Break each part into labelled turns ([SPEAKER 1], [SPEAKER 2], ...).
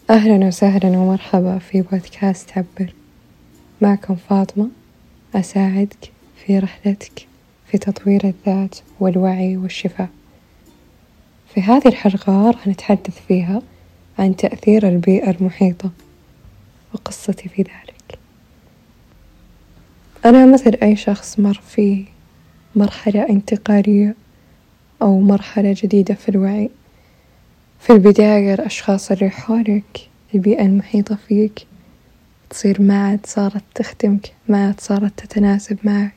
[SPEAKER 1] أهلا وسهلا ومرحبا في بودكاست عبر. معكم فاطمة، أساعدك في رحلتك في تطوير الذات والوعي والشفاء. في هذه الحلقة راح نتحدث فيها عن تأثير البيئة المحيطة وقصتي في ذلك. أنا مثل أي شخص مر في مرحلة انتقالية أو مرحلة جديدة في الوعي. في البداية الأشخاص اللي حولك، البيئة المحيطة فيك تصير ما عاد صارت تخدمك، ما عاد صارت تتناسب معك.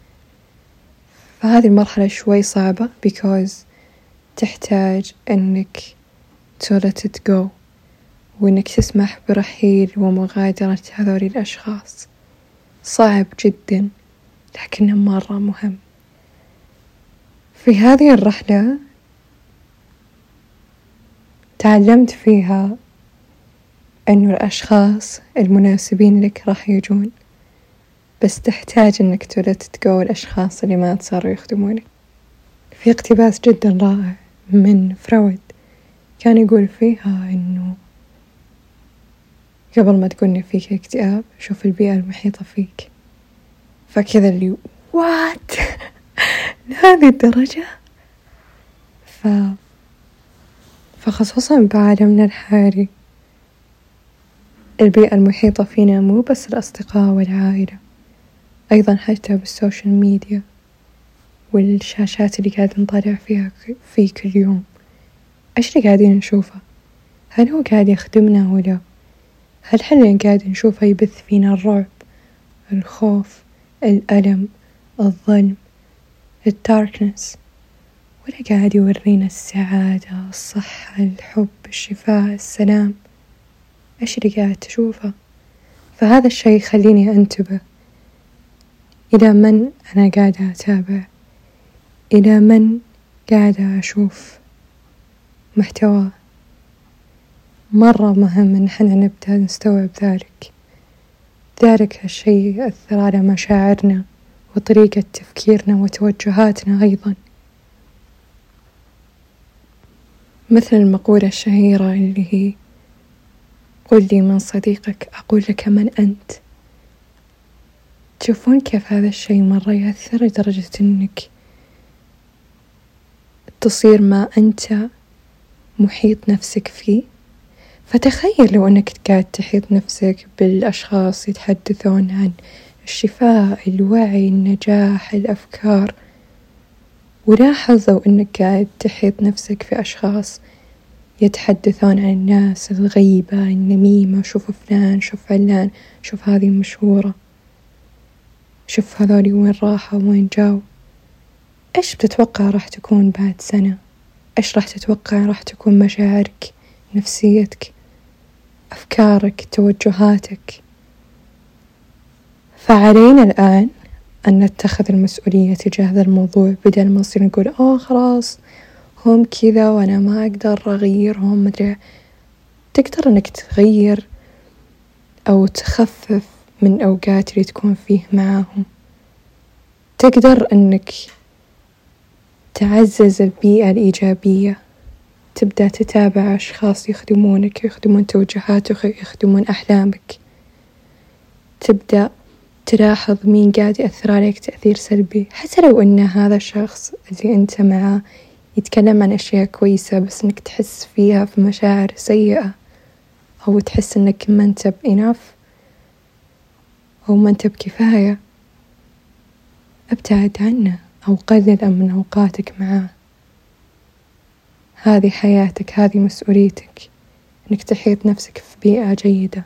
[SPEAKER 1] فهذه المرحلة شوي صعبة because تحتاج أنك to let it go، وأنك تسمح برحيل ومغادرة هذول الأشخاص. صعب جدا لكنه مرة مهم. في هذه الرحلة تعلمت فيها أنه الأشخاص المناسبين لك راح يجون، بس تحتاج أنك تتقوى الأشخاص اللي ما صاروا يخدمونك. في اقتباس جدا رائع من فرويد كان يقول فيها أنه قبل ما تقولني فيك اكتئاب شوف البيئة المحيطة فيك. فكذا اللي وات لهذه الدرجة. فخصوصا بعالمنا الحالي البيئة المحيطة فينا مو بس الأصدقاء والعائلة، أيضا حتى بالسوشيال ميديا والشاشات اللي قاعد نطالع فيها في كل يوم. إيش اللي قاعدين نشوفه؟ هل هو قاعد يخدمنا ولا هل حنا قاعد نشوفه يبث فينا الرعب، الخوف، الألم، الظلم، الداركنس، ولا قاعد يورينا السعادة، الصحة، الحب، الشفاء، السلام؟ إيش اللي قاعد تشوفه؟ فهذا الشيء يخليني أنتبه إلى من أنا قاعدة أتابع، إلى من قاعدة أشوف محتوى. مرة مهم إن احنا نبدأ نستوعب ذلك الشيء يأثر على مشاعرنا وطريقة تفكيرنا وتوجهاتنا أيضا. مثل المقولة الشهيرة اللي هي قل لي من صديقك أقول لك من أنت. تشوفون كيف هذا الشيء مرة يأثر لدرجة أنك تصير ما أنت محيط نفسك فيه. فتخيل لو أنك قاعد تحيط نفسك بالأشخاص يتحدثون عن الشفاء، الوعي، النجاح، الأفكار، ولاحظ لو أنك قاعد تحيط نفسك في أشخاص يتحدثون عن الناس الغيبة النميمة، شوف فلان، شوف علان، شوف هذه المشهورة، شوف هذولي وين راحوا وين جاو. إيش بتتوقع راح تكون بعد سنة؟ إيش راح تتوقع راح تكون مشاعرك، نفسيتك، أفكارك، توجهاتك؟ فعلينا الآن أن نتخذ المسؤولية تجاه هذا الموضوع، بدل ما نصير نقول خلاص هم كذا وأنا ما أقدر أغيرهم. مدري، تقدر أنك تغير أو تخفف من الأوقات اللي تكون فيه معاهم. تقدر أنك تعزز البيئة الإيجابية، تبدأ تتابع أشخاص يخدمونك، يخدمون توجهاتك، يخدمون أحلامك. تبدأ تلاحظ مين قاعد يأثر عليك تأثير سلبي، حتى لو أن هذا الشخص اللي أنت معاه يتكلم عن أشياء كويسة بس أنك تحس فيها في مشاعر سيئة، أو تحس أنك ما أنت بإناف أو ما أنت بكفاية، ابتعد عنه أو قلل من أوقاتك معاه. هذه حياتك، هذه مسؤوليتك، أنك تحيط نفسك في بيئة جيدة.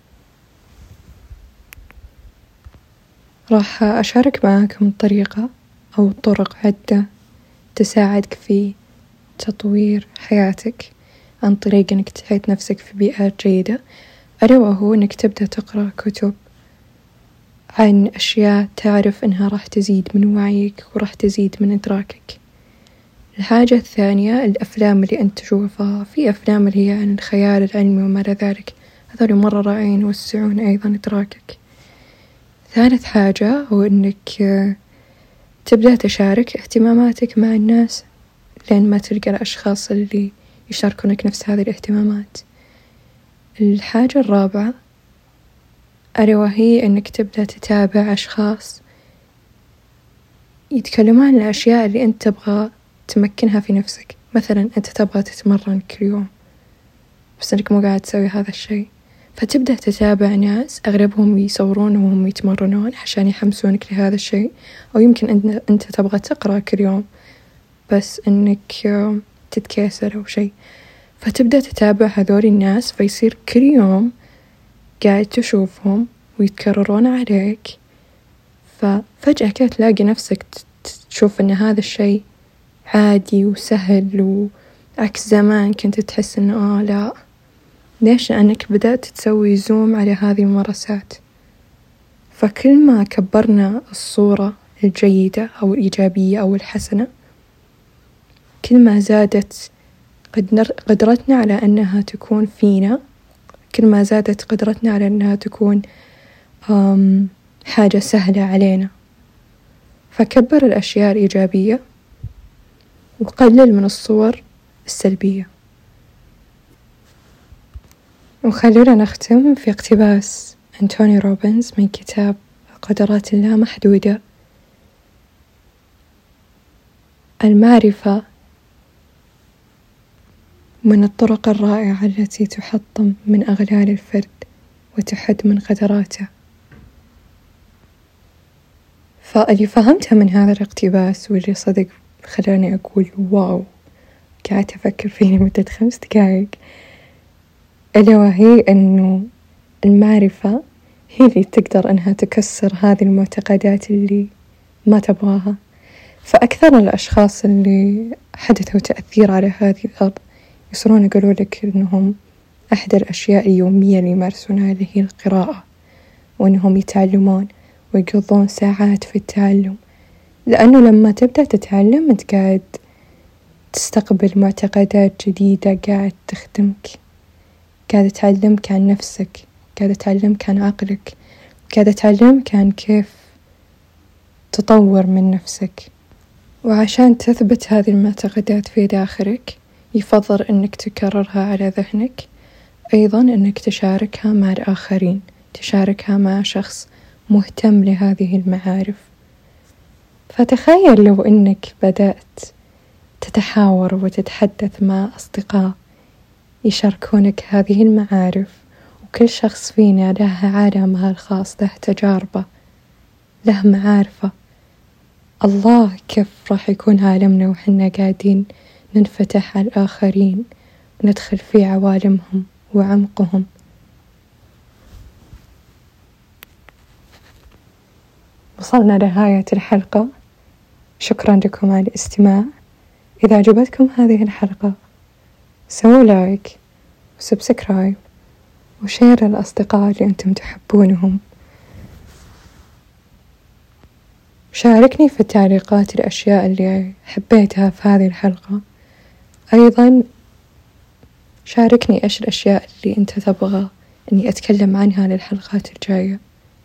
[SPEAKER 1] راح أشارك معاكم طريقة أو طرق عدة تساعدك في تطوير حياتك عن طريق أنك تحيط نفسك في بيئة جيدة، ألا وهو أنك تبدأ تقرأ كتب عن أشياء تعرف أنها راح تزيد من وعيك وراح تزيد من إدراكك. الحاجة الثانية الأفلام اللي أنت تشوفها، في أفلام اللي هي عن الخيال العلمي وما إلى ذلك، هذول مرة رائعين يوسعون أيضا إدراكك. ثالث حاجة هو أنك تبدأ تشارك اهتماماتك مع الناس، لين ما تلقى الأشخاص اللي يشاركونك نفس هذه الاهتمامات. الحاجة الرابعة ألا وهي أنك تبدأ تتابع أشخاص يتكلمون عن الأشياء اللي أنت تبغى تمكنها في نفسك. مثلا أنت تبغى تتمرن كل يوم بس أنك مو قاعد تسوي هذا الشيء، فتبدأ تتابع ناس أغلبهم يصورون وهم يتمرنون عشان يحمسونك لهذا الشيء. أو يمكن أنت تبغى تقرأ كل يوم بس أنك تتكاسل أو شيء، فتبدأ تتابع هذول الناس، فيصير كل يوم قاعد تشوفهم ويتكررون عليك، ففجأة كده تلاقي نفسك تشوف أن هذا الشيء عادي وسهل، وعكس زمان كنت تحس أنه لا. ليش؟ لأنك بدأت تسوي زوم على هذه الممارسات. فكل ما كبرنا الصورة الجيدة أو الإيجابية أو الحسنة، كل ما زادت قدرتنا على أنها تكون فينا، كل ما زادت قدرتنا على أنها تكون حاجة سهلة علينا. فكبر الأشياء الإيجابية وقلل من الصور السلبية. وخلونا نختم في اقتباس أنتوني روبنز من كتاب قدرات اللامحدودة. المعرفة من الطرق الرائعة التي تحطم من أغلال الفرد وتحد من قدراته. فاللي فهمتها من هذا الاقتباس واللي صدق خلاني أقول واو، قعدت أفكر فيه لمدة 5 دقايق، ألا وهي أنه المعرفة هي اللي تقدر أنها تكسر هذه المعتقدات اللي ما تبغاها. فأكثر الأشخاص اللي حدثوا تأثير على هذه الأرض يصيرون يقولوا لك أنهم أحد الأشياء اليومية اللي يمارسونها اللي هي القراءة، وأنهم يتعلمون ويقضون ساعات في التعلم، لأنه لما تبدأ تتعلم أنت قاعد تستقبل معتقدات جديدة قاعد تخدمك، قاعد تعلمك عن نفسك، قاعد تعلمك عن عقلك، قاعد تعلمك عن كيف تطور من نفسك. وعشان تثبت هذه المعتقدات في داخلك يفضل أنك تكررها على ذهنك، أيضا أنك تشاركها مع الآخرين، تشاركها مع شخص مهتم لهذه المعارف. فتخيل لو أنك بدأت تتحاور وتتحدث مع أصدقاء يشاركونك هذه المعارف، وكل شخص فينا له عالمه الخاص، له تجاربه، له معارفه. الله كيف راح يكون عالمنا وحنا قاعدين ننفتح على الآخرين وندخل في عوالمهم وعمقهم. وصلنا لنهاية الحلقة، شكرا لكم على الاستماع. إذا عجبتكم هذه الحلقة سووا لايك وسبسكرايب وشير للأصدقاء اللي أنتم تحبونهم. شاركني في التعليقات الأشياء اللي حبيتها في هذه الحلقة. أيضا شاركني إيش الأشياء اللي أنت تبغى أني أتكلم عنها للحلقات الجاية.